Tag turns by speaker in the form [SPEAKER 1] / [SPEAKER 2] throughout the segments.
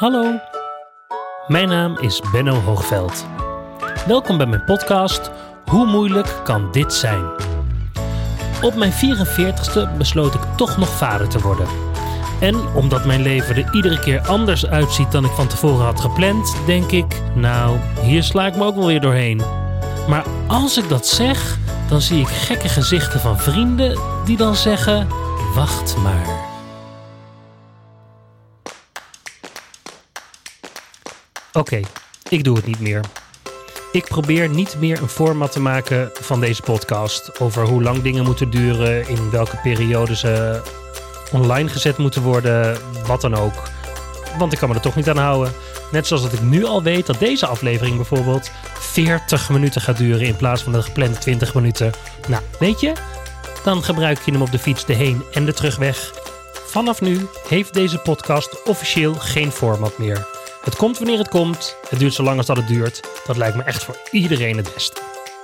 [SPEAKER 1] Hallo, mijn naam is Benno Hoogveld. Welkom bij mijn podcast Hoe moeilijk kan dit zijn? Op mijn 44ste besloot ik toch nog vader te worden. En omdat mijn leven er iedere keer anders uitziet dan ik van tevoren had gepland, denk ik, nou, hier sla ik me ook wel weer doorheen. Maar als ik dat zeg, dan zie ik gekke gezichten van vrienden die dan zeggen, wacht maar. Oké, ik doe het niet meer. Ik probeer niet meer een format te maken van deze podcast over hoe lang dingen moeten duren, in welke periode ze online gezet moeten worden, wat dan ook. Want ik kan me er toch niet aan houden. Net zoals dat ik nu al weet dat deze aflevering bijvoorbeeld 40 minuten gaat duren in plaats van de geplande 20 minuten. Nou, weet je, dan gebruik je hem op de fiets de heen- en de terugweg. Vanaf nu heeft deze podcast officieel geen format meer. Het komt wanneer het komt. Het duurt zo lang als dat het duurt. Dat lijkt me echt voor iedereen het beste.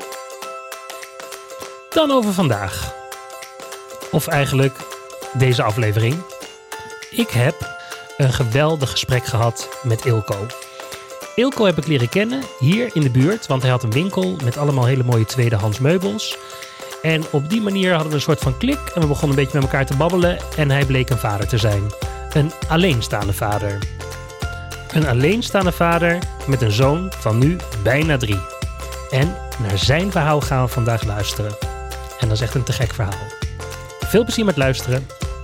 [SPEAKER 1] Dan over vandaag. Of eigenlijk deze aflevering. Ik heb een geweldig gesprek gehad met Ilko. Ilko heb ik leren kennen hier in de buurt. Want hij had een winkel met allemaal hele mooie tweedehands meubels. En op die manier hadden we een soort van klik. En we begonnen een beetje met elkaar te babbelen. En hij bleek een vader te zijn. Een alleenstaande vader. Een alleenstaande vader met een zoon van nu bijna 3. En naar zijn verhaal gaan we vandaag luisteren. En dat is echt een te gek verhaal. Veel plezier met luisteren.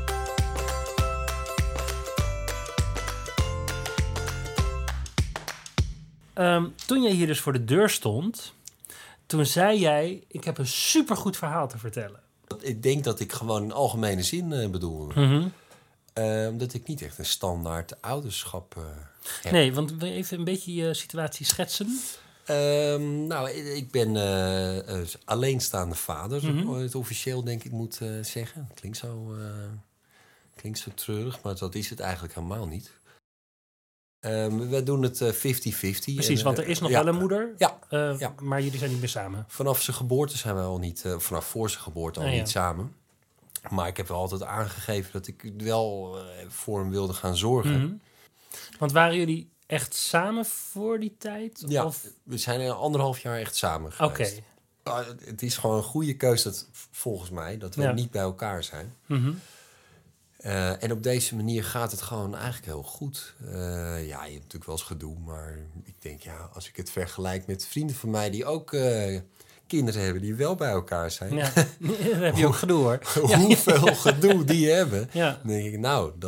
[SPEAKER 1] Toen jij hier dus voor de deur stond, toen zei jij, ik heb een supergoed verhaal te vertellen.
[SPEAKER 2] Ik denk dat ik gewoon in algemene zin bedoel. Dat ik niet echt een standaard ouderschap heb.
[SPEAKER 1] Nee, want wil je even een beetje je situatie schetsen?
[SPEAKER 2] Ik ben alleenstaande vader, het officieel denk ik moet zeggen. Klinkt zo treurig, maar dat is het eigenlijk helemaal niet. We doen het 50-50.
[SPEAKER 1] Precies, want er is nog wel een moeder,
[SPEAKER 2] ja.
[SPEAKER 1] Maar jullie zijn niet meer samen.
[SPEAKER 2] Vanaf zijn geboorte zijn we al niet, vanaf voor zijn geboorte al niet samen. Maar ik heb wel altijd aangegeven dat ik wel voor hem wilde gaan zorgen.
[SPEAKER 1] Want waren jullie echt samen voor die tijd?
[SPEAKER 2] Ja,
[SPEAKER 1] of?
[SPEAKER 2] We zijn 1,5 jaar echt samen geweest.
[SPEAKER 1] Oké.
[SPEAKER 2] Het is gewoon een goede keuze volgens mij dat we niet bij elkaar zijn. En op deze manier gaat het gewoon eigenlijk heel goed. Je hebt natuurlijk wel eens gedoe, maar ik denk als ik het vergelijk met vrienden van mij die ook kinderen hebben die wel bij elkaar zijn.
[SPEAKER 1] Ja, dan heb je ook gedoe hoor.
[SPEAKER 2] Hoeveel gedoe die hebben.
[SPEAKER 1] Ja.
[SPEAKER 2] Dan denk ik,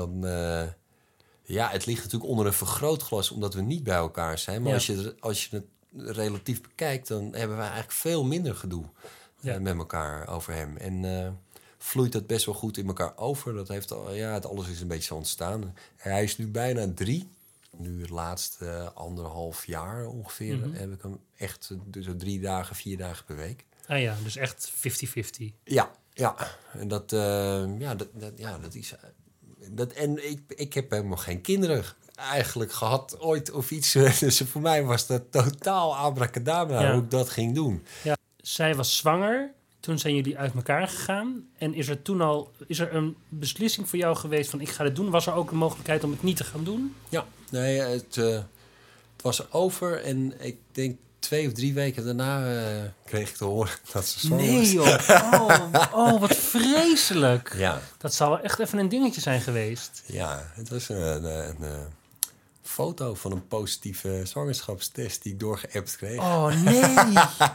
[SPEAKER 2] het ligt natuurlijk onder een vergrootglas omdat we niet bij elkaar zijn. Maar als je het relatief bekijkt, dan hebben wij eigenlijk veel minder gedoe met elkaar over hem. En vloeit dat best wel goed in elkaar over. Dat heeft het alles is een beetje zo ontstaan. Hij is nu bijna 3. Nu het laatste 1,5 jaar ongeveer heb ik hem echt dus 3 dagen, 4 dagen per week.
[SPEAKER 1] Ah ja, dus echt 50-50.
[SPEAKER 2] Ja. En dat is. En ik heb helemaal geen kinderen eigenlijk gehad ooit of iets. Dus voor mij was dat totaal abracadabra hoe ik dat ging doen.
[SPEAKER 1] Ja. Zij was zwanger. Toen zijn jullie uit elkaar gegaan. En is er een beslissing voor jou geweest van ik ga dit doen? Was er ook een mogelijkheid om het niet te gaan doen?
[SPEAKER 2] Ja, nee, het was over. En ik denk 2 of 3 weken daarna kreeg ik te horen dat ze zwanger was.
[SPEAKER 1] Nee joh, oh wat vreselijk.
[SPEAKER 2] Ja.
[SPEAKER 1] Dat zou wel echt even een dingetje zijn geweest.
[SPEAKER 2] Ja, het was een foto van een positieve zwangerschapstest die ik doorgeappt kreeg.
[SPEAKER 1] Oh nee.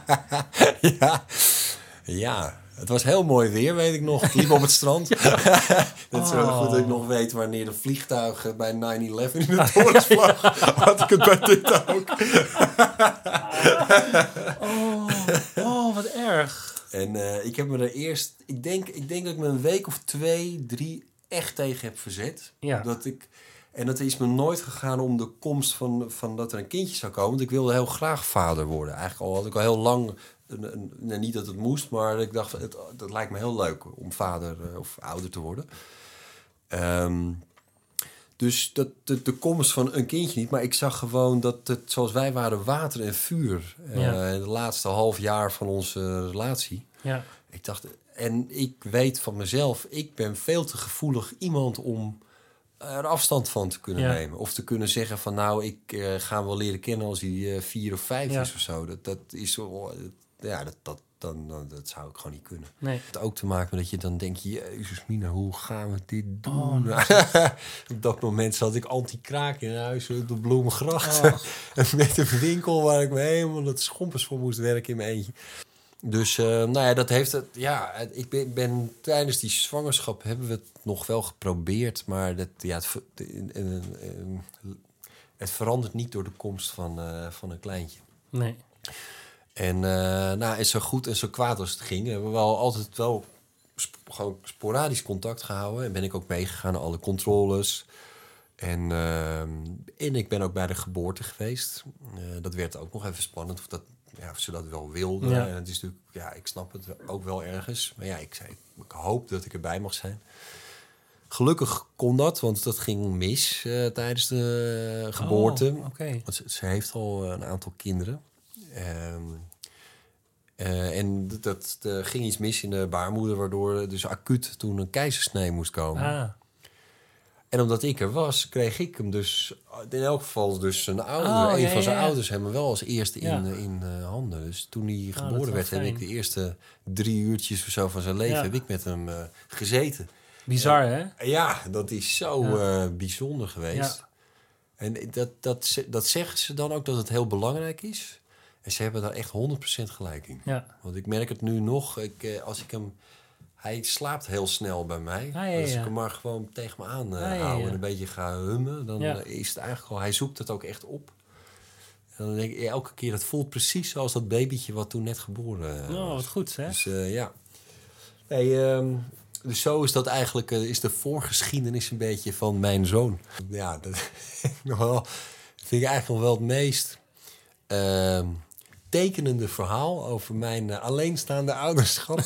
[SPEAKER 2] Ja, het was heel mooi weer, weet ik nog. Ik liep op het strand. Dat is wel goed dat ik nog weet wanneer de vliegtuigen bij 9/11 in de torens vlag. Had ik het bij dit ook.
[SPEAKER 1] Oh, wat erg.
[SPEAKER 2] En ik heb me er eerst... Ik denk dat ik me een week of 2, 3 echt tegen heb verzet.
[SPEAKER 1] Ja.
[SPEAKER 2] Dat is me nooit gegaan om de komst van dat er een kindje zou komen. Want ik wilde heel graag vader worden. Eigenlijk had ik al heel lang... niet dat het moest, maar ik dacht, dat lijkt me heel leuk om vader of ouder te worden. Dus de komst van een kindje niet. Maar ik zag gewoon dat het, zoals wij waren, water en vuur. De laatste half jaar van onze relatie.
[SPEAKER 1] Ja.
[SPEAKER 2] Ik dacht, en ik weet van mezelf, ik ben veel te gevoelig iemand om er afstand van te kunnen nemen. Of te kunnen zeggen van nou, ik ga hem wel leren kennen als hij 4 of 5 is of zo. Dat is zo... Dat zou ik gewoon niet kunnen.
[SPEAKER 1] Nee.
[SPEAKER 2] Het ook te maken met dat je dan denkt... Jezus mina, hoe gaan we dit doen? Op dat moment zat ik anti-kraak in huis op de Bloemengracht. Met een winkel waar ik me helemaal het schompers voor moest werken in mijn eentje. Dus dat heeft het... Ja, ik ben tijdens die zwangerschap hebben we het nog wel geprobeerd. Maar het verandert niet door de komst van een kleintje.
[SPEAKER 1] Nee.
[SPEAKER 2] En zo goed en zo kwaad als het ging... hebben we wel altijd wel gewoon sporadisch contact gehouden. En ben ik ook meegegaan naar alle controles. En ik ben ook bij de geboorte geweest. Dat werd ook nog even spannend of ze dat wel wilden.
[SPEAKER 1] Ja.
[SPEAKER 2] En het is natuurlijk, ik snap het ook wel ergens. Maar ja, ik hoop dat ik erbij mag zijn. Gelukkig kon dat, want dat ging mis tijdens de geboorte.
[SPEAKER 1] Okay.
[SPEAKER 2] Want ze heeft al een aantal kinderen. En dat ging iets mis in de baarmoeder... waardoor dus acuut toen een keizersnee moest komen. En omdat ik er was, kreeg ik hem dus... in elk geval dus een ouder. Een van zijn ouders hebben me wel als eerste in handen. Dus toen hij geboren werd... heb ik de eerste 3 uurtjes of zo van zijn leven... heb ik met hem gezeten.
[SPEAKER 1] Bizar, hè?
[SPEAKER 2] Ja, dat is zo bijzonder geweest. Ja. En dat zeggen ze dan ook dat het heel belangrijk is... En ze hebben daar echt 100% gelijk in. Ja. Want ik merk het nu nog. Als ik hem... Hij slaapt heel snel bij mij. Als ik hem maar gewoon tegen me aan hou... en een beetje ga hummen... dan is het eigenlijk al... Hij zoekt het ook echt op. En dan denk ik elke keer... Het voelt precies zoals dat babytje... wat toen net geboren was.
[SPEAKER 1] Wat goed, hè?
[SPEAKER 2] Dus dus zo is dat eigenlijk... is de voorgeschiedenis een beetje van mijn zoon. Ja, dat vind ik eigenlijk nog wel het meest... tekenende verhaal over mijn alleenstaande ouderschap.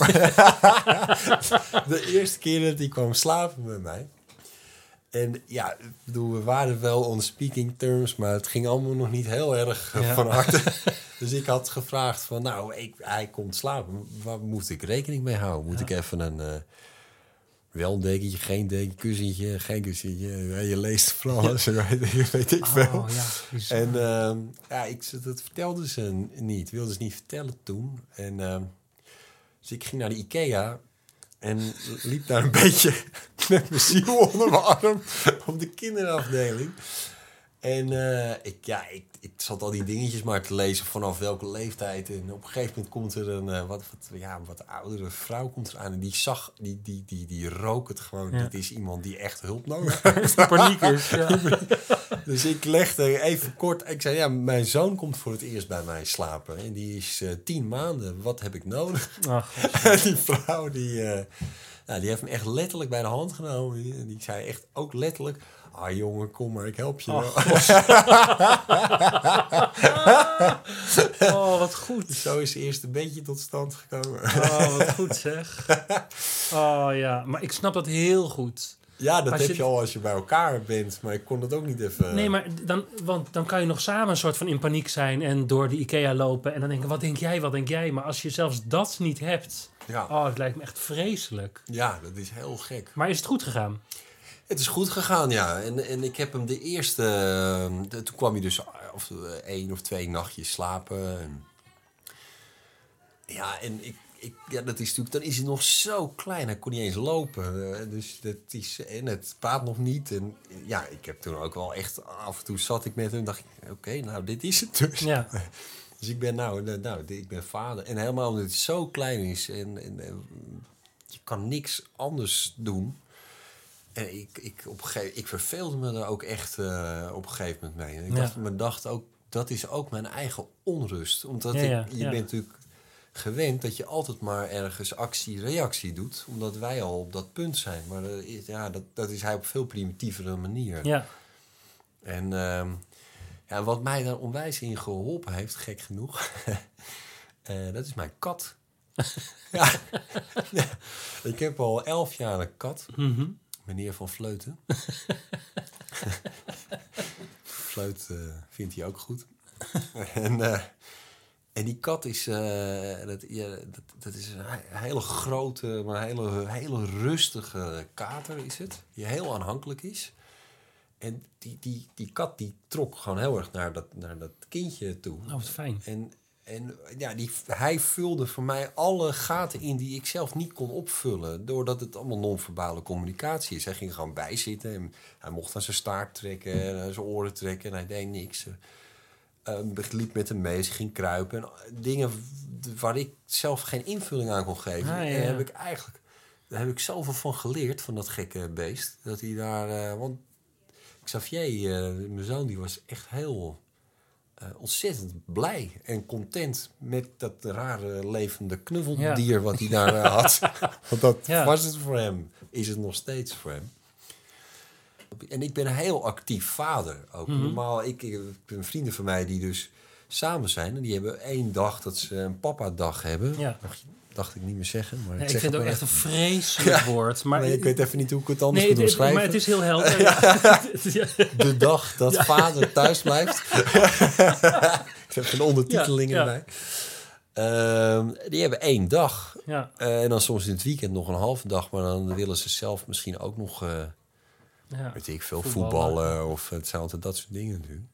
[SPEAKER 2] De eerste keer dat hij kwam slapen met mij. En ja, we waren wel on speaking terms... maar het ging allemaal nog niet heel erg van harte. Dus ik had gevraagd van... hij komt slapen. Waar moet ik rekening mee houden? Moet ik even een... wel een dekentje, geen dekentje, kussentje, geen kussentje. Je leest van alles, weet ik veel. En dat vertelde ze niet. Wilde ze niet vertellen toen. En dus ik ging naar de IKEA en liep daar een beetje met mijn ziel onder mijn arm op de kinderafdeling. En ik zat al die dingetjes maar te lezen vanaf welke leeftijd. En op een gegeven moment komt er een wat oudere vrouw komt er aan. En die zag, die rook het gewoon. Ja. Dit is iemand die echt hulp nodig heeft.
[SPEAKER 1] Paniek is, ja.
[SPEAKER 2] Dus ik legde even kort... Ik zei, mijn zoon komt voor het eerst bij mij slapen. En die is 10 maanden. Wat heb ik nodig? En die vrouw, die heeft me echt letterlijk bij de hand genomen. En die zei echt ook letterlijk... jongen, kom maar, ik help je wel.
[SPEAKER 1] Wat goed.
[SPEAKER 2] Zo is eerst een beetje tot stand gekomen.
[SPEAKER 1] Wat goed zeg. Maar ik snap dat heel goed.
[SPEAKER 2] Ja, dat heb je al als je bij elkaar bent. Maar ik kon dat ook niet even...
[SPEAKER 1] Nee, maar dan kan je nog samen een soort van in paniek zijn... en door de IKEA lopen en dan denken... wat denk jij? Maar als je zelfs dat niet hebt... het lijkt me echt vreselijk.
[SPEAKER 2] Ja, dat is heel gek.
[SPEAKER 1] Maar is het goed gegaan?
[SPEAKER 2] Het is goed gegaan, ja. En ik heb hem de eerste... toen kwam hij dus 1 of 2 nachtjes slapen. Dat is natuurlijk... Dan is hij nog zo klein. Hij kon niet eens lopen. Dus dat is... En het praat nog niet. En ja, ik heb toen ook wel echt... Af en toe zat ik met hem en dacht ik... Oké, dit is het dus. Ja. Dus ik ben ik ben vader. En helemaal omdat het zo klein is. En je kan niks anders doen... En ik verveelde me er ook echt op een gegeven moment mee. En ik dacht ook, dat is ook mijn eigen onrust. Omdat je bent natuurlijk gewend dat je altijd maar ergens actie-reactie doet. Omdat wij al op dat punt zijn. Maar dat is hij op een veel primitievere manier. Ja. En wat mij daar onwijs in geholpen heeft, gek genoeg... dat is mijn kat. Ik heb al 11 jaar een kat... Mm-hmm. Meneer Van Vleuten. Fleut vindt hij ook goed. En die kat is... dat is een hele grote, maar hele rustige kater is het. Die heel aanhankelijk is. En die kat die trok gewoon heel erg naar dat kindje toe.
[SPEAKER 1] Oh, wat fijn.
[SPEAKER 2] En ja, hij vulde voor mij alle gaten in die ik zelf niet kon opvullen. Doordat het allemaal non-verbale communicatie is. Hij ging gewoon bijzitten. En hij mocht aan zijn staart trekken en aan zijn oren trekken. En hij deed niks. Liep met hem mee. Ze ging kruipen. En dingen waar ik zelf geen invulling aan kon geven. En daar heb ik zoveel van geleerd, van dat gekke beest. Dat hij daar... want Xavier, mijn zoon, die was echt heel... ontzettend blij en content met dat rare levende knuffeldier wat hij daar had. Want dat was het voor hem. Is het nog steeds voor hem. En ik ben een heel actief vader ook. Normaal, ik heb vrienden van mij die dus samen zijn. En die hebben 1 dag dat ze een papa-dag hebben. Ja. Dacht ik niet meer zeggen. Maar
[SPEAKER 1] ik vind het ook echt een vreselijk woord. Maar
[SPEAKER 2] ik weet even niet hoe ik het anders moet omschrijven.
[SPEAKER 1] Maar het is heel helder.
[SPEAKER 2] De dag dat vader thuis blijft. Ik heb een ondertiteling erbij. Die hebben 1 dag. Ja. En dan soms in het weekend nog een halve dag. Maar dan willen ze zelf misschien ook nog... weet ik veel, voetballen. Of het zijn altijd dat soort dingen natuurlijk.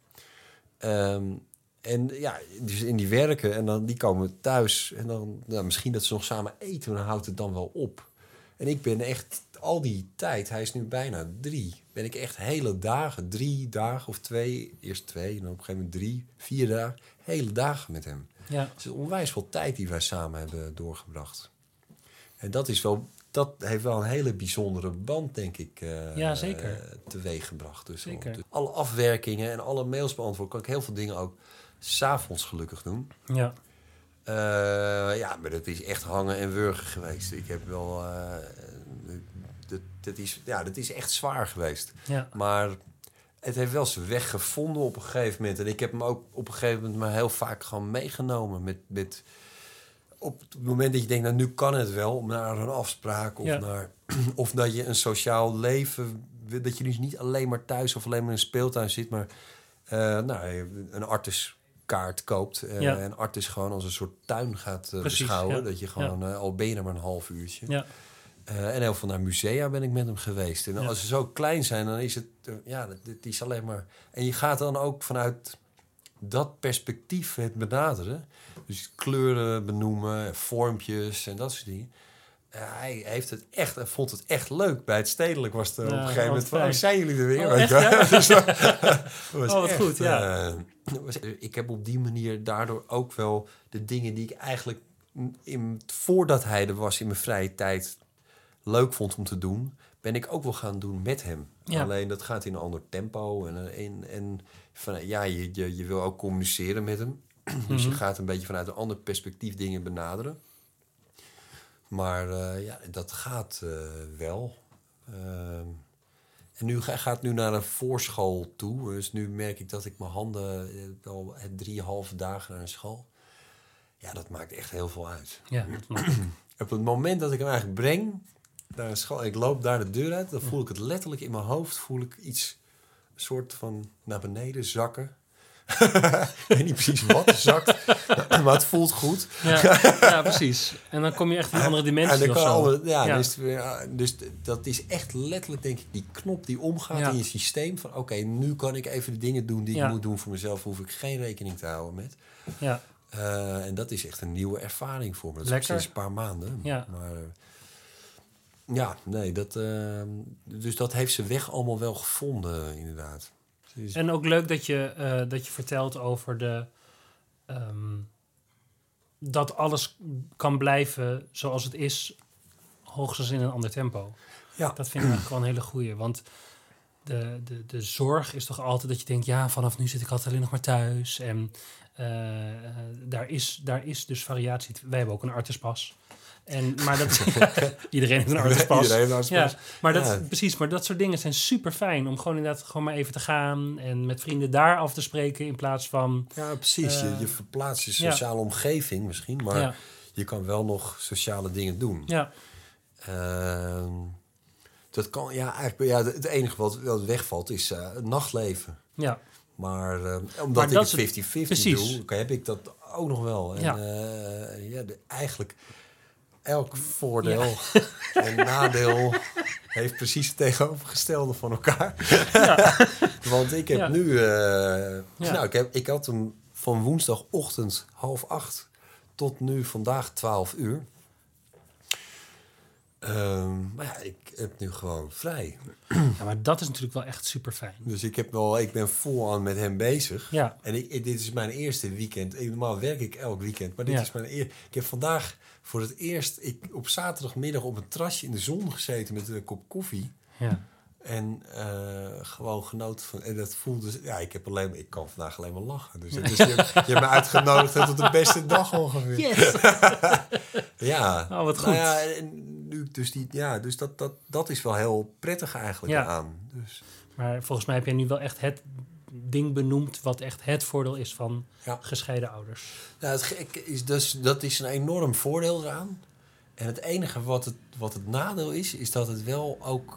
[SPEAKER 2] En ja, dus in die werken en dan die komen thuis en dan misschien dat ze nog samen eten, maar dan houdt het dan wel op. En ik ben echt al die tijd, hij is nu bijna 3, ben ik echt hele dagen, 3 dagen of 2, eerst 2 en dan op een gegeven moment 3, 4 dagen, hele dagen met hem. Ja. Het is onwijs veel tijd die wij samen hebben doorgebracht. En dat heeft wel een hele bijzondere band, denk ik, teweeggebracht. Dus zeker. Alle afwerkingen en alle mails beantwoorden, kan ik heel veel dingen ook 's avonds gelukkig doen. Ja. Maar dat is echt hangen en wurgen geweest. Ik heb wel... dat is echt zwaar geweest. Ja. Maar het heeft wel zijn weg gevonden op een gegeven moment. En ik heb hem ook op een gegeven moment maar heel vaak gewoon meegenomen. Op het moment dat je denkt, nou nu kan het wel, om naar een afspraak of dat je een sociaal leven, dat je dus niet alleen maar thuis of alleen maar in een speeltuin zit, maar een artiskaart koopt en Artis gewoon als een soort tuin gaat beschouwen. Ja. Dat je gewoon, al ben je er maar een half uurtje. Ja. En heel veel naar musea ben ik met hem geweest. En als ze zo klein zijn, dan is het, het is alleen maar... En je gaat dan ook vanuit dat perspectief het benaderen. Dus kleuren benoemen, vormpjes en dat soort dingen. Hij heeft het echt, en vond het echt leuk. Bij het stedelijk was het op een gegeven moment van... zijn jullie er weer?
[SPEAKER 1] Echt, ja?
[SPEAKER 2] Dus
[SPEAKER 1] was wat echt, goed, ja.
[SPEAKER 2] Ik heb op die manier daardoor ook wel de dingen die ik eigenlijk... voordat hij er was in mijn vrije tijd leuk vond om te doen... ben ik ook wel gaan doen met hem. Ja. Alleen dat gaat in een ander tempo. Je wil ook communiceren met hem. Dus je gaat een beetje vanuit een ander perspectief dingen benaderen. Maar dat gaat wel. En gaat nu naar een voorschool toe. Dus nu merk ik dat ik mijn handen... al 3,5 dagen naar een school. Ja, dat maakt echt heel veel uit. Ja, op het moment dat ik hem eigenlijk breng naar een school... ik loop daar de deur uit... dan voel ik het letterlijk in mijn hoofd... voel ik iets, een soort van naar beneden zakken... ik weet niet precies wat zakt, maar het voelt goed.
[SPEAKER 1] Ja, precies. En dan kom je echt in een andere dimensie of zo.
[SPEAKER 2] Dus dat is echt letterlijk, denk ik, die knop die omgaat in je systeem. Van oké, nu kan ik even de dingen doen die ik moet doen voor mezelf. Hoef ik geen rekening te houden met. Ja. En dat is echt een nieuwe ervaring voor me. Dat is sinds een paar maanden. Ja. Maar dus dat heeft zijn weg allemaal wel gevonden, inderdaad.
[SPEAKER 1] En ook leuk dat je vertelt over dat alles kan blijven zoals het is, hoogstens in een ander tempo. Ja. Dat vind ik eigenlijk wel een hele goeie. Want de zorg is toch altijd dat je denkt... ja, vanaf nu zit ik altijd alleen nog maar thuis. En daar is dus variatie. Wij hebben ook een artispas. Maar iedereen heeft een artispas. Precies, maar dat soort dingen zijn super fijn om gewoon inderdaad gewoon maar even te gaan en met vrienden daar af te spreken in plaats van...
[SPEAKER 2] Ja, precies. Je verplaatst je sociale omgeving misschien, maar je kan wel nog sociale dingen doen. Ja. Dat kan, eigenlijk, het enige wat wegvalt is het nachtleven. Ja. Maar omdat ik het 50-50 doe, heb ik dat ook nog wel. En eigenlijk... elk voordeel en nadeel heeft precies het tegenovergestelde van elkaar. Ja. Want ik heb nu... ik had hem van woensdagochtend 7:30 tot nu vandaag 12 uur. Maar ja, ik heb nu gewoon vrij.
[SPEAKER 1] Ja, maar dat is natuurlijk wel echt super fijn.
[SPEAKER 2] Dus ik ben vol aan met hem bezig.
[SPEAKER 1] Ja.
[SPEAKER 2] En dit is mijn eerste weekend. Normaal werk ik elk weekend, maar dit is mijn eerste. Ik heb vandaag voor het eerst op zaterdagmiddag op een terrasje in de zon gezeten met een kop koffie.
[SPEAKER 1] Ja.
[SPEAKER 2] En gewoon genoten van... En dat voelde... Ja, ik kan vandaag alleen maar lachen. Dus je hebt me uitgenodigd tot de beste dag ongeveer.
[SPEAKER 1] Yes!
[SPEAKER 2] Ja.
[SPEAKER 1] Oh, wat goed.
[SPEAKER 2] Nou ja, en nu, dus dat is wel heel prettig eigenlijk aan. Dus.
[SPEAKER 1] Maar volgens mij heb jij nu wel echt het ding benoemd... wat echt het voordeel is van gescheiden ouders.
[SPEAKER 2] Nou, het gekke is dus... Dat is een enorm voordeel eraan. En het enige wat het nadeel is dat het wel ook...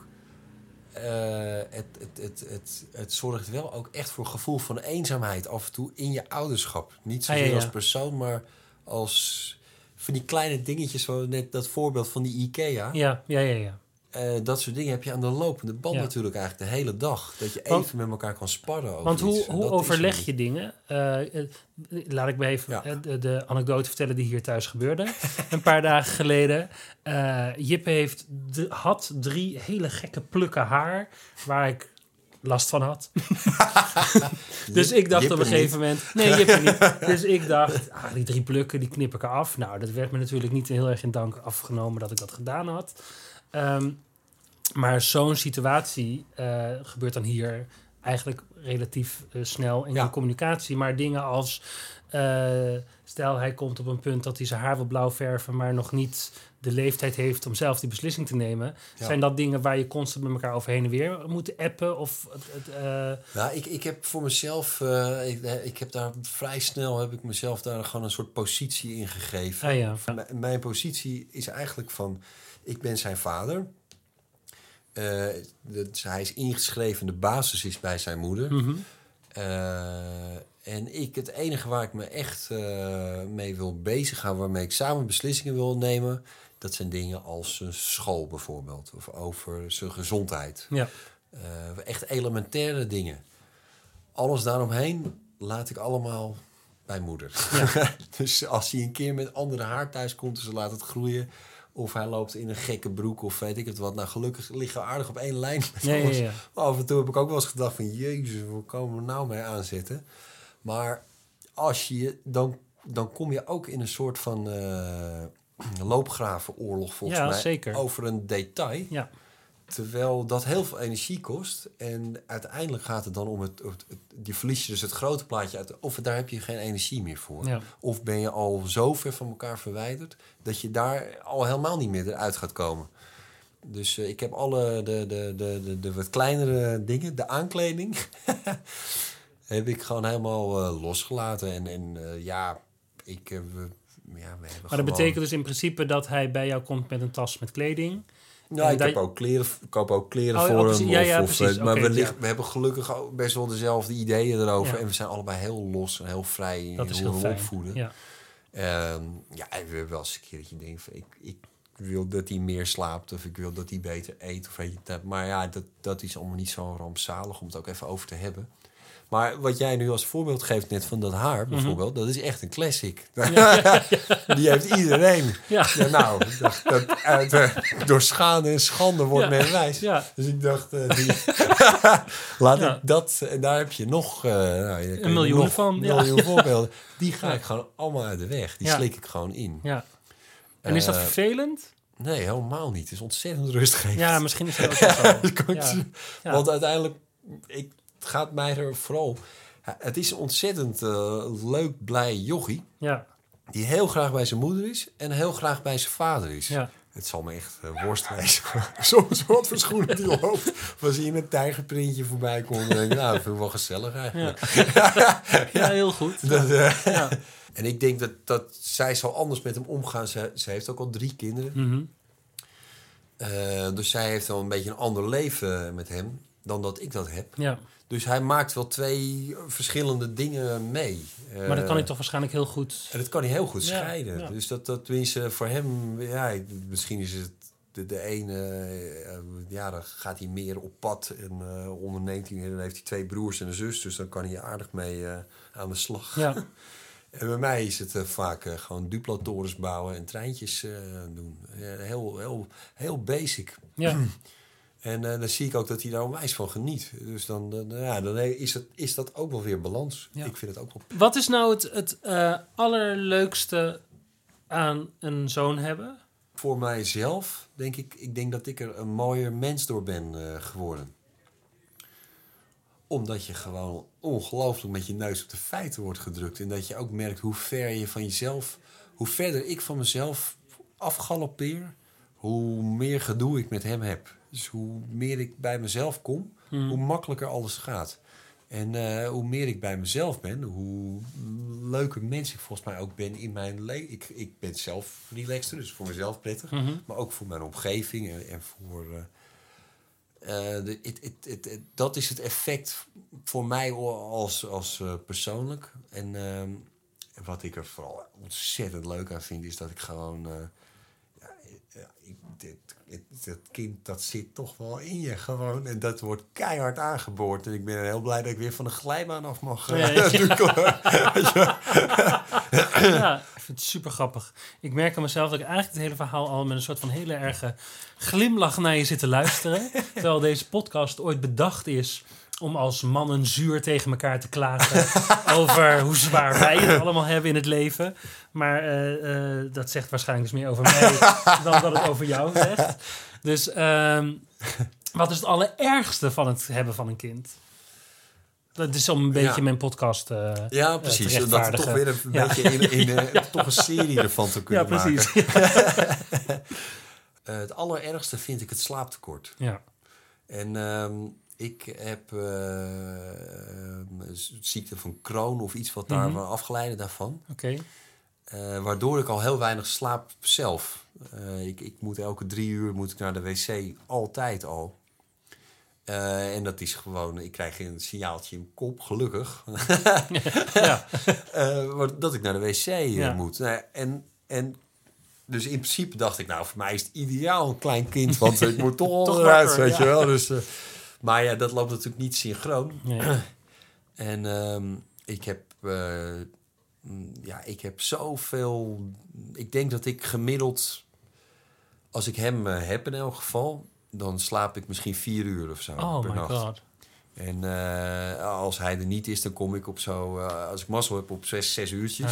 [SPEAKER 2] Het zorgt wel ook echt voor een gevoel van eenzaamheid af en toe in je ouderschap. Niet zozeer als persoon, maar als van die kleine dingetjes, zoals net dat voorbeeld van die IKEA.
[SPEAKER 1] Ja.
[SPEAKER 2] Dat soort dingen heb je aan de lopende band natuurlijk eigenlijk de hele dag. Dat je even met elkaar kan sparren over
[SPEAKER 1] want
[SPEAKER 2] iets.
[SPEAKER 1] Hoe overleg je dingen? Laat ik me even de anekdote vertellen die hier thuis gebeurde. Een paar dagen geleden. Jippe had 3 hele gekke plukken haar waar ik last van had. Dus ik dacht op een gegeven moment... Nee, Jippe niet. Dus ik dacht, die 3 plukken, die knip ik eraf. Nou, dat werd me natuurlijk niet heel erg in dank afgenomen dat ik dat gedaan had. Maar zo'n situatie gebeurt dan hier eigenlijk relatief snel in de communicatie. Maar dingen als... stel, hij komt op een punt dat hij zijn haar wil blauw verven... maar nog niet de leeftijd heeft om zelf die beslissing te nemen. Ja. Zijn dat dingen waar je constant met elkaar over heen en weer moet appen? Of,
[SPEAKER 2] Nou, ik heb voor mezelf... ik heb daar vrij snel mezelf daar gewoon een soort positie in gegeven. Mijn positie is eigenlijk van... Ik ben zijn vader... hij is ingeschreven, de basis is bij zijn moeder.
[SPEAKER 1] Mm-hmm.
[SPEAKER 2] En het enige waar ik me echt mee wil bezighouden... waarmee ik samen beslissingen wil nemen... dat zijn dingen als zijn school bijvoorbeeld. Of over zijn gezondheid.
[SPEAKER 1] Ja.
[SPEAKER 2] Echt elementaire dingen. Alles daaromheen laat ik allemaal bij moeder. Ja. Dus als hij een keer met andere haar thuis komt... ze laat het groeien... Of hij loopt in een gekke broek of weet ik het wat. Nou, gelukkig liggen we aardig op één lijn met alles. Ja. Maar af en toe heb ik ook wel eens gedacht van... Jezus, waar komen we nou mee aanzetten? Maar als dan kom je ook in een soort van loopgravenoorlog volgens mij.
[SPEAKER 1] Zeker.
[SPEAKER 2] Over een detail. Ja. Terwijl dat heel veel energie kost. En uiteindelijk gaat het dan om die verlies je dus het grote plaatje uit. Of daar heb je geen energie meer voor. Ja. Of ben je al zo ver van elkaar verwijderd... dat je daar al helemaal niet meer eruit gaat komen. Dus ik heb alle de wat kleinere dingen, de aankleding... heb ik gewoon helemaal losgelaten.
[SPEAKER 1] Maar dat betekent dus in principe dat hij bij jou komt met een tas met kleding...
[SPEAKER 2] Nou, ik koop ook kleren voor hem. Precies. Maar we hebben gelukkig ook best wel dezelfde ideeën erover. Ja. En we zijn allebei heel los en heel vrij in hoe we opvoeden. Ja. En we hebben wel eens een keertje denken van... Ik wil dat hij meer slaapt of ik wil dat hij beter eet. Of weet je dat. Maar ja, dat is allemaal niet zo rampzalig om het ook even over te hebben. Maar wat jij nu als voorbeeld geeft net van dat haar bijvoorbeeld... dat is echt een classic. Ja. Die heeft iedereen. Ja. Ja, nou, door schade en schande wordt men wijs. Ja. Dus ik dacht, ik dat... En daar heb je nog...
[SPEAKER 1] een miljoen van.
[SPEAKER 2] Een miljoen voorbeelden. Die ga ik gewoon allemaal uit de weg. Die slik ik gewoon in. Ja.
[SPEAKER 1] En is dat vervelend?
[SPEAKER 2] Nee, helemaal niet. Het is ontzettend rustgevend.
[SPEAKER 1] Ja, misschien is het ook zo.
[SPEAKER 2] Want uiteindelijk... Het gaat mij er vooral... Het is een ontzettend leuk, blij jochie. Ja. Die heel graag bij zijn moeder is en heel graag bij zijn vader is. Ja. Het zal me echt worst wezen. Soms wat voor schoenen die loopt. Als hij in een tijgerprintje voorbij komt. Dan denk ik, nou, dat vind ik wel gezellig eigenlijk.
[SPEAKER 1] Ja, heel goed.
[SPEAKER 2] En ik denk dat zij zal anders met hem omgaan. Ze heeft ook al 3 kinderen.
[SPEAKER 1] Mm-hmm.
[SPEAKER 2] Dus zij heeft wel een beetje een ander leven met hem. dan dat ik dat heb.
[SPEAKER 1] Ja.
[SPEAKER 2] Dus hij maakt wel 2 verschillende dingen mee.
[SPEAKER 1] Maar dat kan hij toch waarschijnlijk heel goed...
[SPEAKER 2] En dat kan hij heel goed scheiden.
[SPEAKER 1] Ja.
[SPEAKER 2] Dus dat tenminste voor hem... Ja, misschien is het de ene... dan gaat hij meer op pad en onderneemt hij. En dan heeft hij 2 broers en een zus. Dus dan kan hij aardig mee aan de slag.
[SPEAKER 1] Ja.
[SPEAKER 2] En bij mij is het vaak gewoon Duplo-torens bouwen en treintjes doen. Heel basic.
[SPEAKER 1] Ja.
[SPEAKER 2] En dan zie ik ook dat hij daar onwijs van geniet. Dus dan is dat ook wel weer balans.
[SPEAKER 1] Ja.
[SPEAKER 2] Ik vind het ook wel...
[SPEAKER 1] Wat is nou het allerleukste aan een zoon hebben?
[SPEAKER 2] Voor mijzelf denk ik denk dat ik er een mooier mens door ben geworden. Omdat je gewoon ongelooflijk met je neus op de feiten wordt gedrukt. En dat je ook merkt hoe ver je van jezelf... Hoe verder ik van mezelf afgaloppeer... hoe meer gedoe ik met hem heb. Dus hoe meer ik bij mezelf kom... hoe makkelijker alles gaat. En hoe meer ik bij mezelf ben... hoe leuker mens ik volgens mij ook ben in mijn leven. Ik ben zelf relaxter, dus voor mezelf prettig. Maar ook voor mijn omgeving en voor... dat is het effect voor mij als persoonlijk. En wat ik er vooral ontzettend leuk aan vind... is dat ik gewoon... dat kind, dat zit toch wel in je gewoon. En dat wordt keihard aangeboord. En ik ben heel blij dat ik weer van de glijbaan af mag.
[SPEAKER 1] Ja, ik vind het super grappig. Ik merk aan mezelf dat ik eigenlijk het hele verhaal al... met een soort van hele erge glimlach naar je zit te luisteren. Terwijl deze podcast ooit bedacht is... om als mannen zuur tegen elkaar te klagen... over hoe zwaar wij het allemaal hebben in het leven. Maar dat zegt waarschijnlijk dus meer over mij... dan dat het over jou zegt. Dus wat is het allerergste van het hebben van een kind? Dat is om een beetje mijn podcast
[SPEAKER 2] ja, precies. En dat toch weer een beetje toch een serie ervan te kunnen maken. Het allerergste vind ik het slaaptekort.
[SPEAKER 1] Ja.
[SPEAKER 2] En... ik heb ziekte van Crohn of iets wat daarvan afgeleid daarvan.
[SPEAKER 1] Oké.
[SPEAKER 2] Waardoor ik al heel weinig slaap zelf. Ik moet elke 3 uur naar de wc, altijd al. En dat is gewoon, ik krijg een signaaltje in mijn kop, gelukkig. Dat ik naar de wc moet. En dus in principe dacht ik, nou, voor mij is het ideaal een klein kind. Want ik moet toch al eruit, weet je wel. Dus... maar ja, dat loopt natuurlijk niet synchroon.
[SPEAKER 1] Nee.
[SPEAKER 2] En ik heb zoveel... Ik denk dat ik gemiddeld... Als ik hem heb in elk geval... dan slaap ik misschien 4 uur of zo per nacht.
[SPEAKER 1] God.
[SPEAKER 2] En als hij er niet is, dan kom ik op zo... als ik mazzel heb, op 6 uurtjes.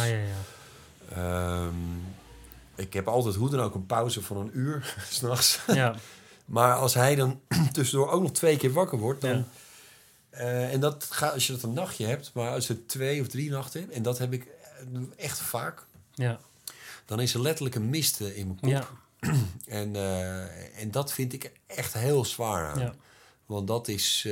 [SPEAKER 2] Ik heb altijd hoe dan ook een pauze van 1 uur 's nachts. Ja. Maar als hij dan tussendoor ook nog 2 keer wakker wordt... dan en dat gaat als je dat een nachtje hebt... maar als je 2 of 3 nachten hebt... en dat heb ik echt vaak... dan is er letterlijk een mist in mijn kop. En dat vind ik echt heel zwaar aan. Want dat is...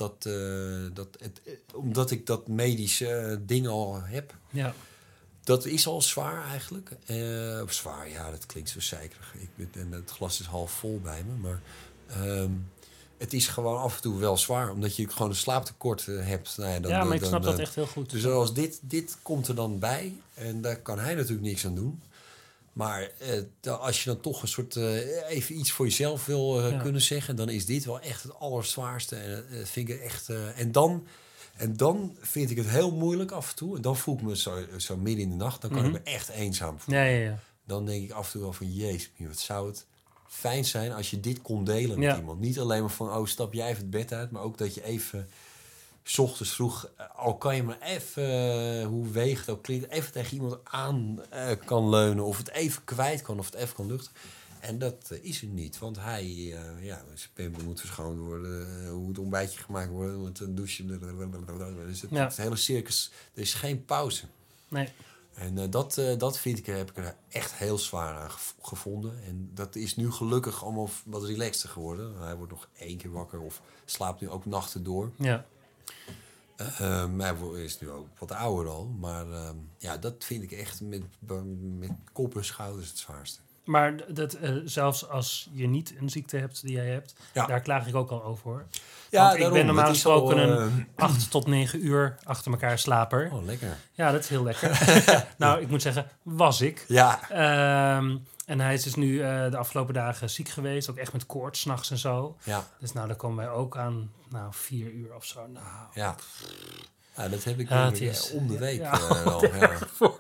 [SPEAKER 2] omdat ik dat medische ding al heb... Dat is al zwaar eigenlijk. Zwaar, ja, dat klinkt zo zeikerig. En het glas is half vol bij me. Maar het is gewoon af en toe wel zwaar. Omdat je gewoon een slaaptekort hebt. Nou ja,
[SPEAKER 1] maar ik snap dat echt heel goed.
[SPEAKER 2] Dus als dit komt er dan bij. En daar kan hij natuurlijk niks aan doen. Maar als je dan toch een soort... even iets voor jezelf wil kunnen zeggen... dan is dit wel echt het allerzwaarste. En vind ik echt... En dan vind ik het heel moeilijk af en toe. En dan voel ik me zo midden in de nacht. Dan kan ik me echt eenzaam voelen. Dan denk ik af en toe wel van... Jezus, wat zou het fijn zijn als je dit kon delen met iemand. Niet alleen maar van... stap jij even het bed uit. Maar ook dat je even... 's ochtends vroeg... al kan je maar even... hoe weeg het ook klinkt... even tegen iemand aan kan leunen. Of het even kwijt kan. Of het even kan luchten. En dat is er niet, want hij, zijn pimpel moet verschoond worden, hoe het ontbijtje gemaakt worden, met een douche. Dus het hele circus, er is geen pauze.
[SPEAKER 1] Nee.
[SPEAKER 2] En dat vind ik, heb ik er echt heel zwaar aan gevonden. En dat is nu gelukkig allemaal wat relaxter geworden. Hij wordt nog 1 keer wakker of slaapt nu ook nachten door. Ja. Hij is nu ook wat ouder al, maar dat vind ik echt met kop en schouders het zwaarste.
[SPEAKER 1] Maar zelfs als je niet een ziekte hebt die jij hebt, daar klaag ik ook al over, hoor.
[SPEAKER 2] Ja,
[SPEAKER 1] want ik ben normaal gesproken een 8 tot 9 uur achter elkaar slaper.
[SPEAKER 2] Oh, lekker.
[SPEAKER 1] Ja, dat is heel lekker. Nou, ik moet zeggen, was ik.
[SPEAKER 2] Ja.
[SPEAKER 1] En hij is dus nu de afgelopen dagen ziek geweest. Ook echt met koorts 's nachts en zo.
[SPEAKER 2] Ja.
[SPEAKER 1] Dus nou, dan komen wij ook aan 4 uur of zo. Nou,
[SPEAKER 2] ja. Ja, dat heb ik om de week
[SPEAKER 1] al. Ja.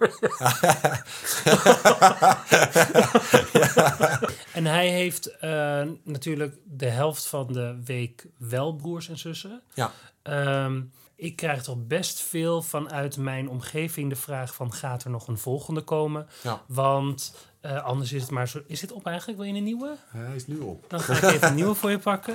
[SPEAKER 1] En hij heeft natuurlijk de helft van de week wel broers en zussen.
[SPEAKER 2] Ja.
[SPEAKER 1] Ik krijg toch best veel vanuit mijn omgeving de vraag van... gaat er nog een volgende komen?
[SPEAKER 2] Ja.
[SPEAKER 1] Want anders is het maar zo... Is dit op eigenlijk? Wil je een nieuwe?
[SPEAKER 2] Hij is nu op.
[SPEAKER 1] Dan ga ik even een nieuwe voor je pakken.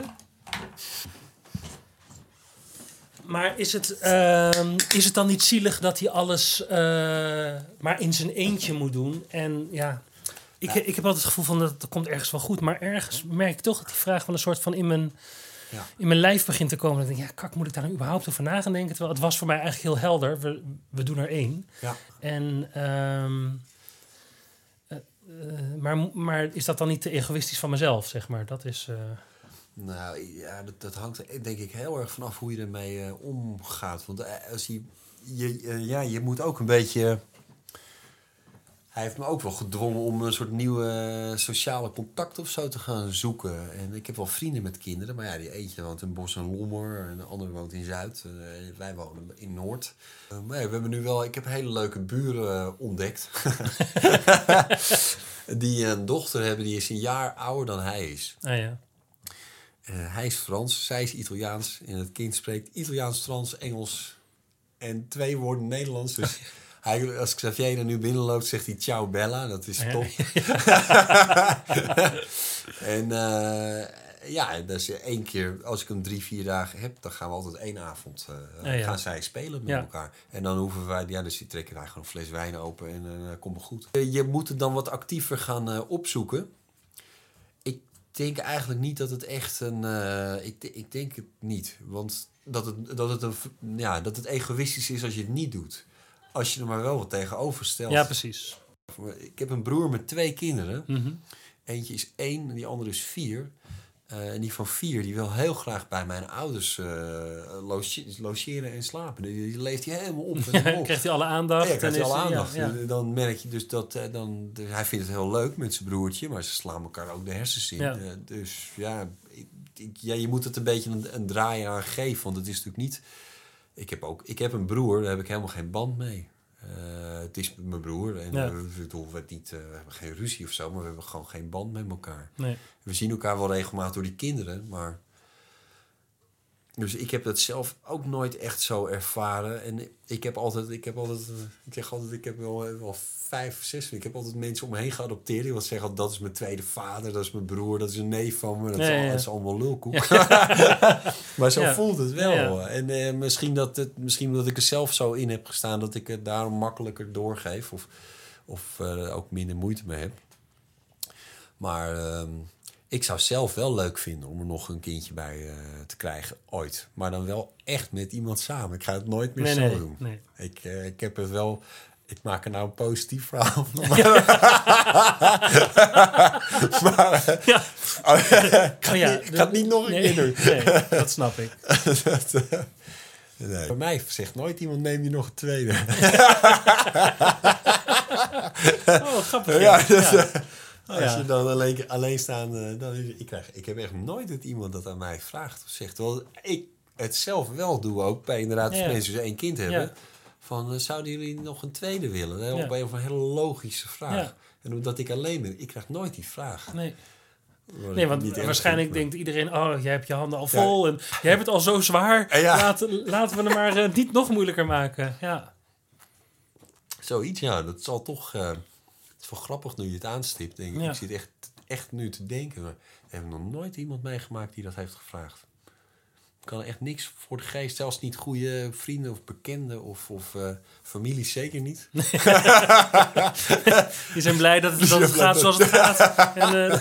[SPEAKER 1] Maar is het dan niet zielig dat hij alles maar in zijn eentje moet doen? En ja, ik heb altijd het gevoel van dat komt ergens wel goed. Maar ergens merk ik toch dat die vraag van een soort van in mijn lijf begint te komen. Dan denk ik, moet ik daar nou überhaupt over na gaan denken? Terwijl het was voor mij eigenlijk heel helder. We doen er 1. Ja. En, maar is dat dan niet te egoïstisch van mezelf, zeg maar? Dat is...
[SPEAKER 2] Nou ja, dat hangt denk ik heel erg vanaf hoe je ermee omgaat. Want als je moet ook een beetje... Hij heeft me ook wel gedwongen om een soort nieuwe sociale contact of zo te gaan zoeken. En ik heb wel vrienden met kinderen, maar ja, die eentje woont in Bos en Lommer en de andere woont in Zuid. Wij wonen in Noord. Maar ja, we hebben nu wel... Ik heb hele leuke buren ontdekt. Die een dochter hebben, die is een jaar ouder dan hij is.
[SPEAKER 1] Ah ja.
[SPEAKER 2] Hij is Frans, zij is Italiaans. En het kind spreekt Italiaans, Frans, Engels en 2 woorden Nederlands. Dus als Xavier er nu binnenloopt, zegt hij ciao Bella. Dat is top. En dus 1 keer, als ik hem 3-4 dagen heb, dan gaan we altijd 1 avond gaan zij spelen met elkaar. En dan hoeven wij, dus die trekken daar gewoon een fles wijn open en dan komt het goed. Je moet het dan wat actiever gaan opzoeken. Ik denk eigenlijk niet dat het echt een... Ik denk het niet. Want dat het egoïstisch is als je het niet doet. Als je er maar wel wat tegenover stelt.
[SPEAKER 1] Ja, precies.
[SPEAKER 2] Ik heb een broer met 2 kinderen.
[SPEAKER 1] Mm-hmm.
[SPEAKER 2] Eentje is 1 en die andere is 4. En die van 4, die wil heel graag bij mijn ouders logeren en slapen. Die leeft hij helemaal op.
[SPEAKER 1] Dan krijgt hij alle aandacht.
[SPEAKER 2] Ja, krijgt hij alle aandacht. Ja. Dan merk je dus dat... hij vindt het heel leuk met zijn broertje, maar ze slaan elkaar ook de hersens in. Ja. Dus ja, je moet het een beetje een draai aan geven. Want het is natuurlijk niet... Ik heb een broer, daar heb ik helemaal geen band mee. Het is mijn broer. En we hebben geen ruzie of zo, maar we hebben gewoon geen band met elkaar. Nee. We zien elkaar wel regelmatig door die kinderen, maar... Dus ik heb dat zelf ook nooit echt zo ervaren. En ik heb wel 5, 6... Ik heb altijd mensen om me heen geadopteerd die wat zeggen, dat is mijn tweede vader, dat is mijn broer, dat is een neef van me. Dat is allemaal lulkoek. Ja. Maar zo voelt het wel. Ja. En misschien omdat ik er zelf zo in heb gestaan, dat ik het daarom makkelijker doorgeef. Of ook minder moeite mee heb. Maar... ik zou zelf wel leuk vinden om er nog een kindje bij te krijgen, ooit. Maar dan wel echt met iemand samen. Ik ga het nooit meer zo doen. Nee. Ik heb het wel... Ik maak er nou een positief verhaal van. Maar ik ga het niet nog een keer doen.
[SPEAKER 1] Nee, dat snap ik.
[SPEAKER 2] Bij mij zegt nooit iemand, neem je nog een tweede.
[SPEAKER 1] Oh, grappig.
[SPEAKER 2] Als je dan alleen staan... Ik heb echt nooit dat iemand dat aan mij vraagt of zegt. Terwijl ik het zelf wel doe ook. Bij inderdaad mensen die 1 kind hebben. Ja. Van, zouden jullie nog een tweede willen? Op een hele logische vraag. Ja. En omdat ik alleen ben, ik krijg nooit die vraag.
[SPEAKER 1] Nee, want waarschijnlijk denkt iedereen... jij hebt je handen al vol en jij hebt het al zo zwaar. Laten we het maar niet nog moeilijker maken. Ja.
[SPEAKER 2] Zoiets, dat zal toch... het is wel grappig nu je het aanstipt. Denk ik. Ik zit echt nu te denken. Maar er heeft nog nooit iemand meegemaakt die dat heeft gevraagd. Ik kan echt niks voor de geest. Zelfs niet goede vrienden of bekenden of familie. Zeker niet.
[SPEAKER 1] Die zijn blij dat het gaat zoals het gaat. En,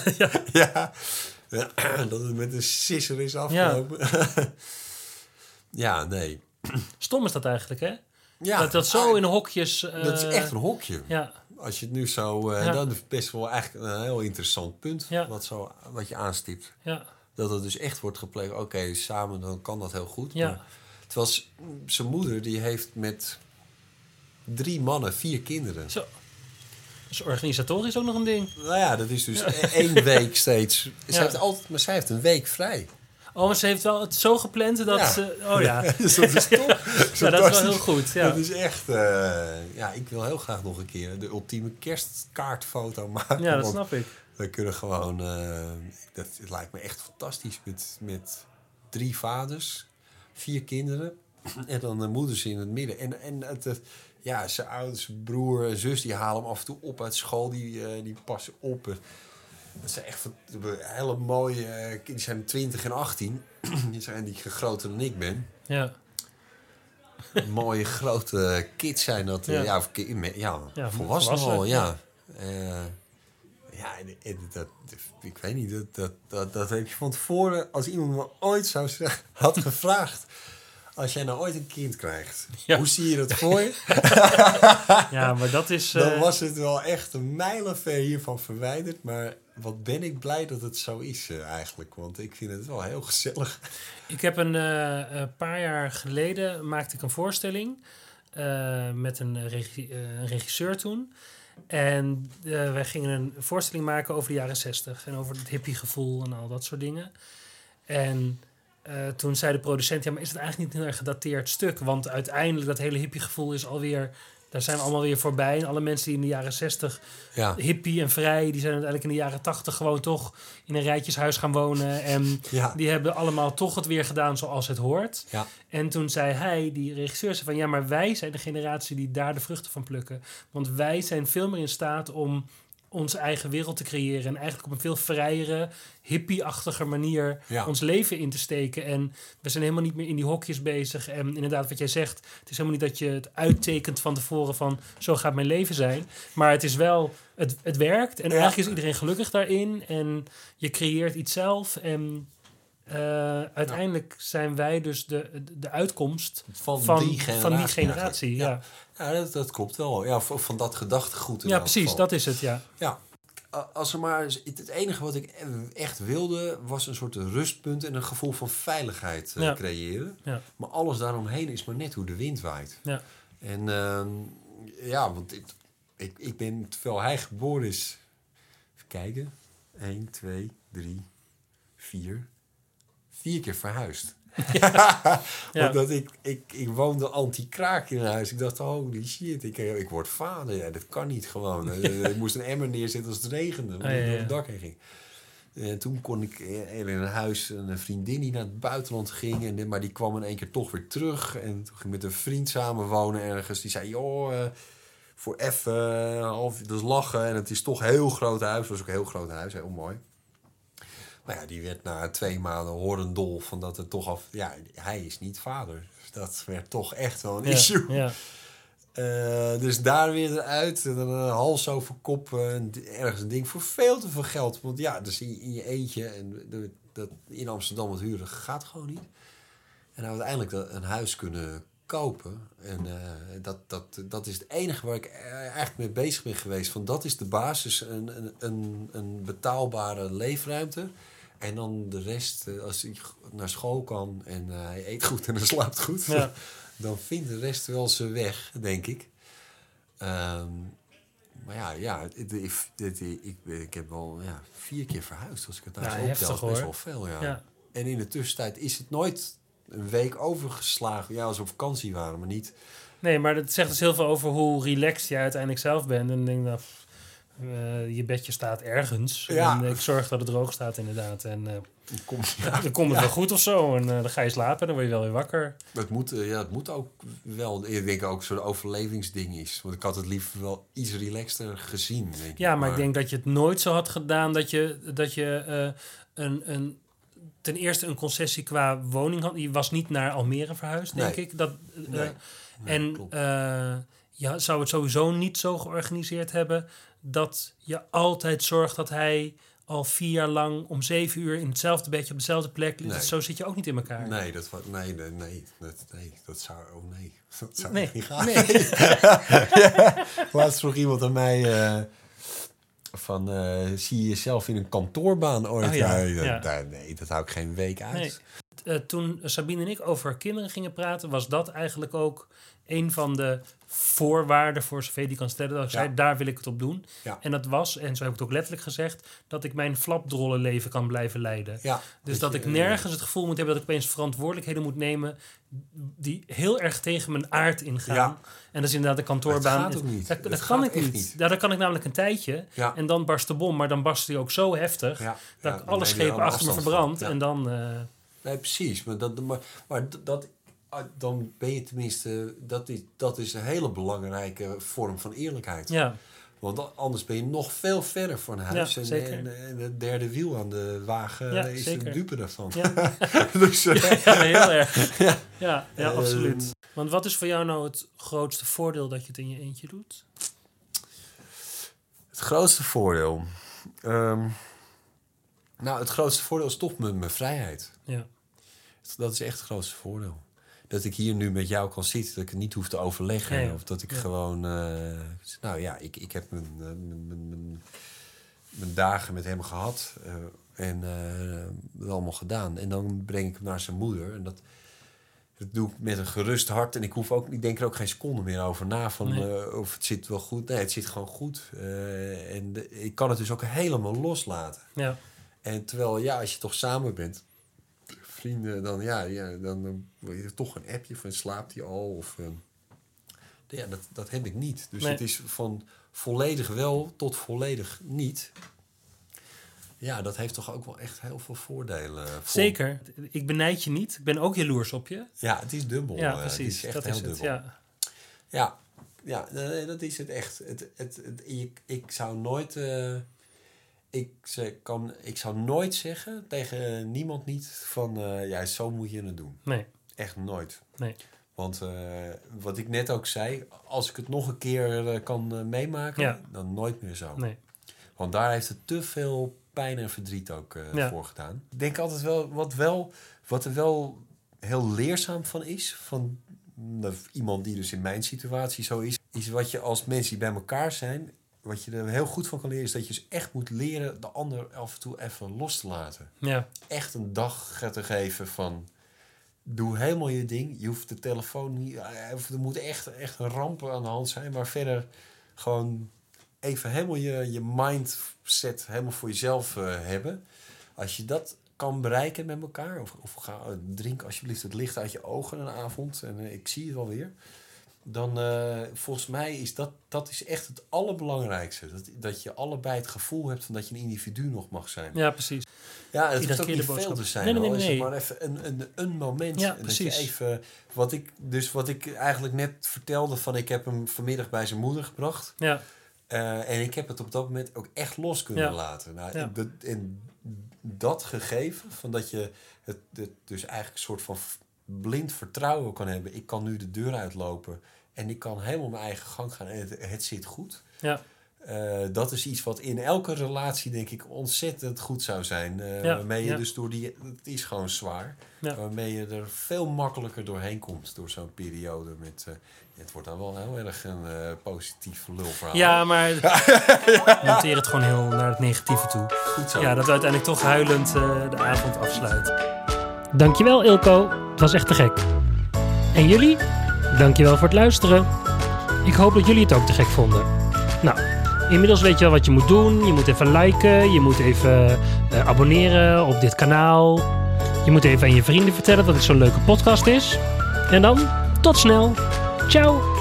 [SPEAKER 2] dat het met een sisser is afgelopen. Nee.
[SPEAKER 1] Stom is dat eigenlijk, hè?
[SPEAKER 2] Ja,
[SPEAKER 1] dat zo in hokjes...
[SPEAKER 2] dat is echt een hokje.
[SPEAKER 1] Ja.
[SPEAKER 2] Als je het nu zo... Dat is best wel eigenlijk een heel interessant punt.
[SPEAKER 1] Ja.
[SPEAKER 2] Wat je aanstipt.
[SPEAKER 1] Ja.
[SPEAKER 2] Dat het dus echt wordt gepleegd. Oké, samen dan kan dat heel goed.
[SPEAKER 1] Ja.
[SPEAKER 2] Maar terwijl zijn moeder, die heeft met 3 mannen 4 kinderen.
[SPEAKER 1] Zo. Dus organisatorisch ook nog een ding.
[SPEAKER 2] Nou ja, dat is dus 1 week steeds.
[SPEAKER 1] Ja.
[SPEAKER 2] Zij heeft een week vrij.
[SPEAKER 1] Oh, maar ze heeft wel het zo gepland dat ze... Oh ja.
[SPEAKER 2] Dus dat is top.
[SPEAKER 1] Ja, dat is wel heel goed. Ja.
[SPEAKER 2] Dat is echt... ik wil heel graag nog een keer de ultieme kerstkaartfoto maken.
[SPEAKER 1] Ja, dat snap ik.
[SPEAKER 2] We kunnen gewoon... het lijkt me echt fantastisch met 3 vaders, 4 kinderen en dan de moeders in het midden. En zijn ouders, zijn broer en zus, die halen hem af en toe op uit school. Die passen op. Dat zijn echt hele mooie... die zijn 20 en 18. Die zijn die groter dan ik ben.
[SPEAKER 1] Ja.
[SPEAKER 2] Mooie grote kids zijn dat.
[SPEAKER 1] Ja.
[SPEAKER 2] Volwassenen al, ja. Ik weet niet, dat heb je van tevoren... Als iemand me ooit had gevraagd... Als jij nou ooit een kind krijgt, hoe zie je dat voor je?
[SPEAKER 1] Ja, maar dat is...
[SPEAKER 2] Dan was het wel echt een mijlenver hiervan verwijderd. Maar wat ben ik blij dat het zo is eigenlijk. Want ik vind het wel heel gezellig.
[SPEAKER 1] Ik heb een paar jaar geleden maakte ik een voorstelling met een regisseur toen. En wij gingen een voorstelling maken over de jaren 60 en over het hippiegevoel en al dat soort dingen. En toen zei de producent, ja, maar is het eigenlijk niet een heel erg gedateerd stuk? Want uiteindelijk dat hele hippiegevoel is alweer... Daar zijn we allemaal weer voorbij. En alle mensen die in de jaren 60 hippie en vrij... die zijn uiteindelijk in de jaren 80 gewoon toch in een rijtjeshuis gaan wonen. En die hebben allemaal toch het weer gedaan zoals het hoort. Ja. En toen zei hij, die regisseur, zei van... ja, maar wij zijn de generatie die daar de vruchten van plukken. Want wij zijn veel meer in staat om onze eigen wereld te creëren. En eigenlijk op een veel vrijere, hippie-achtige manier ons leven in te steken. En we zijn helemaal niet meer in die hokjes bezig. En inderdaad, wat jij zegt, het is helemaal niet dat je het uittekent van tevoren van zo gaat mijn leven zijn. Maar het is wel, het werkt. En eigenlijk is iedereen gelukkig daarin. En je creëert iets zelf. En uiteindelijk zijn wij dus de uitkomst van die generatie. Ja.
[SPEAKER 2] Ja, dat klopt wel. Ja, van dat gedachtegoed.
[SPEAKER 1] Ja, precies, geval. Dat is het, ja.
[SPEAKER 2] Als er maar... Het enige wat ik echt wilde... was een soort rustpunt en een gevoel van veiligheid creëren. Ja. Maar alles daaromheen is maar net hoe de wind waait. Ja. En want ik ben... Terwijl hij geboren is... Even kijken. 1, 2, 3, 4... 4 keer verhuisd. Omdat ik woonde anti-kraak in huis. Ik dacht, holy shit, ik word vader. Ja, dat kan niet gewoon. Ik moest een emmer neerzetten als het regende. Omdat ik door het dak heen ging. En toen kon ik in een huis een vriendin die naar het buitenland ging. Maar die kwam in één keer toch weer terug. En toen ging ik met een vriend samen wonen ergens. Die zei, voor even, dus lachen. En het is toch een heel groot huis. Het was ook een heel groot huis, heel mooi. Maar ja, die werd na 2 maanden horendol van dat het toch hij is niet vader. Dus dat werd toch echt wel een issue. Ja. Dus daar weer eruit. En dan een hals over kop. Ergens een ding voor veel te veel geld. Want dus in je eentje. En dat in Amsterdam het huren gaat gewoon niet. En nou uiteindelijk een huis kunnen kopen. En dat is het enige waar ik eigenlijk mee bezig ben geweest. Van dat is de basis. Een betaalbare leefruimte. En dan de rest, als hij naar school kan en hij eet goed en hij slaapt goed, dan vindt de rest wel zijn weg, denk ik. Maar ik heb wel 4 keer verhuisd, als ik het nou zo optel. Dat is best wel veel, ja. En in de tussentijd is het nooit een week overgeslagen. Ja, als we op vakantie waren, maar niet.
[SPEAKER 1] Nee, maar dat zegt dus heel veel over hoe relaxed jij uiteindelijk zelf bent. En ik denk dat je bedje staat ergens. Ja. En ik zorg dat het droog staat inderdaad. En dan komt het wel goed of zo. En dan ga je slapen en dan word je wel weer wakker.
[SPEAKER 2] Het moet ook wel... Ik denk ook zo'n overlevingsding is. Want ik had het liever wel iets relaxter gezien. Denk ik.
[SPEAKER 1] Maar ik denk dat je het nooit zo had gedaan dat je ten eerste een concessie qua woning had. Je was niet naar Almere verhuisd, denk ik. Je zou het sowieso niet zo georganiseerd hebben dat je altijd zorgt dat hij al 4 jaar lang om 7 uur in hetzelfde bedje op dezelfde plek.
[SPEAKER 2] Nee.
[SPEAKER 1] Zo zit je ook niet in elkaar.
[SPEAKER 2] Nee, dat zou niet gaan.
[SPEAKER 1] Nee.
[SPEAKER 2] Laatst vroeg iemand aan mij zie je jezelf in een kantoorbaan ooit? Nee, dat hou ik geen week uit.
[SPEAKER 1] Nee. Toen Sabine en ik over kinderen gingen praten, was dat eigenlijk ook een van de voorwaarden voor zover die kan stellen. Dat ik zei, daar wil ik het op doen. Ja. En dat was, en zo heb ik het ook letterlijk gezegd, dat ik mijn flapdrollenleven kan blijven leiden. Ja, dus dat ik nergens het gevoel moet hebben dat ik opeens verantwoordelijkheden moet nemen die heel erg tegen mijn aard ingaan. Ja. En dat is inderdaad de kantoorbaan.
[SPEAKER 2] Dat gaat ook niet.
[SPEAKER 1] Dat kan ik niet. Daar kan ik namelijk een tijdje. Ja. En dan barst de bom, maar dan barst die ook zo heftig dat ik alle schepen achter me verbrand. Ja. En dan...
[SPEAKER 2] Nee, precies. Maar dan ben je tenminste... Dat is een hele belangrijke vorm van eerlijkheid. Ja. Want anders ben je nog veel verder van huis. Ja, en het derde wiel aan de wagen is de dupe daarvan. Ja. Dus,
[SPEAKER 1] heel erg. Ja, absoluut. Want wat is voor jou nou het grootste voordeel dat je het in je eentje doet?
[SPEAKER 2] Het grootste voordeel? Het grootste voordeel is toch mijn vrijheid. Ja. Dat is echt het grootste voordeel. Dat ik hier nu met jou kan zitten, dat ik het niet hoef te overleggen. Ja. Of dat ik gewoon... ik heb mijn dagen met hem gehad. En dat allemaal gedaan. En dan breng ik hem naar zijn moeder. En dat doe ik met een gerust hart. En ik denk er ook geen seconde meer over na. Of het zit wel goed. Nee, het zit gewoon goed. Ik kan het dus ook helemaal loslaten. Ja. En terwijl, als je toch samen bent... vrienden, dan word je toch een appje van slaapt hij al? Of, dat heb ik niet. Dus het is van volledig wel tot volledig niet. Ja, dat heeft toch ook wel echt heel veel voordelen.
[SPEAKER 1] Zeker. Ik benijd je niet. Ik ben ook jaloers op je.
[SPEAKER 2] Ja, het is dubbel.
[SPEAKER 1] Ja, precies.
[SPEAKER 2] Het is echt
[SPEAKER 1] dat
[SPEAKER 2] heel
[SPEAKER 1] is
[SPEAKER 2] dubbel.
[SPEAKER 1] Het,
[SPEAKER 2] ja, dat is het echt. Ik zou nooit... Ik zou nooit zeggen tegen niemand niet van... zo moet je het doen. Nee. Echt nooit. Nee. Want wat ik net ook zei... als ik het nog een keer kan meemaken... dan nooit meer zo. Nee. Want daar heeft het te veel pijn en verdriet ook voor gedaan. Ik denk altijd wel... Wat er wel heel leerzaam van is... van iemand die dus in mijn situatie zo is... is wat je als mensen die bij elkaar zijn... Wat je er heel goed van kan leren... is dat je dus echt moet leren... de ander af en toe even los te laten. Ja. Echt een dag te geven van... doe helemaal je ding. Je hoeft de telefoon niet... er moet echt een ramp aan de hand zijn... maar verder gewoon... even helemaal je mindset... helemaal voor jezelf hebben. Als je dat kan bereiken met elkaar... of drink alsjeblieft het licht uit je ogen een avond... en ik zie het wel weer... dan volgens mij is dat is echt het allerbelangrijkste. Dat je allebei het gevoel hebt van dat je een individu nog mag zijn.
[SPEAKER 1] Ja, precies.
[SPEAKER 2] Ja, het hoeft ook niet veel te zijn. Nee. Is het maar even een moment.
[SPEAKER 1] Ja, precies.
[SPEAKER 2] Dat je even, wat ik eigenlijk net vertelde van ik heb hem vanmiddag bij zijn moeder gebracht. Ja. En ik heb het op dat moment ook echt los kunnen laten. Nou, dat gegeven van dat je het dus eigenlijk een soort van blind vertrouwen kan hebben. Ik kan nu de deur uitlopen en ik kan helemaal mijn eigen gang gaan en het zit goed. Ja. Dat is iets wat in elke relatie denk ik ontzettend goed zou zijn. Waarmee je dus het is gewoon zwaar. Ja. Waarmee je er veel makkelijker doorheen komt door zo'n periode met... het wordt dan wel heel erg een positief lulverhaal.
[SPEAKER 1] Ja, maar noteer het gewoon heel naar het negatieve toe. Goed zo. Ja, dat we uiteindelijk toch huilend de avond afsluiten. Dankjewel Ilko, het was echt te gek. En jullie, dankjewel voor het luisteren. Ik hoop dat jullie het ook te gek vonden. Nou, inmiddels weet je wel wat je moet doen. Je moet even liken, je moet even abonneren op dit kanaal. Je moet even aan je vrienden vertellen dat het zo'n leuke podcast is. En dan, tot snel. Ciao.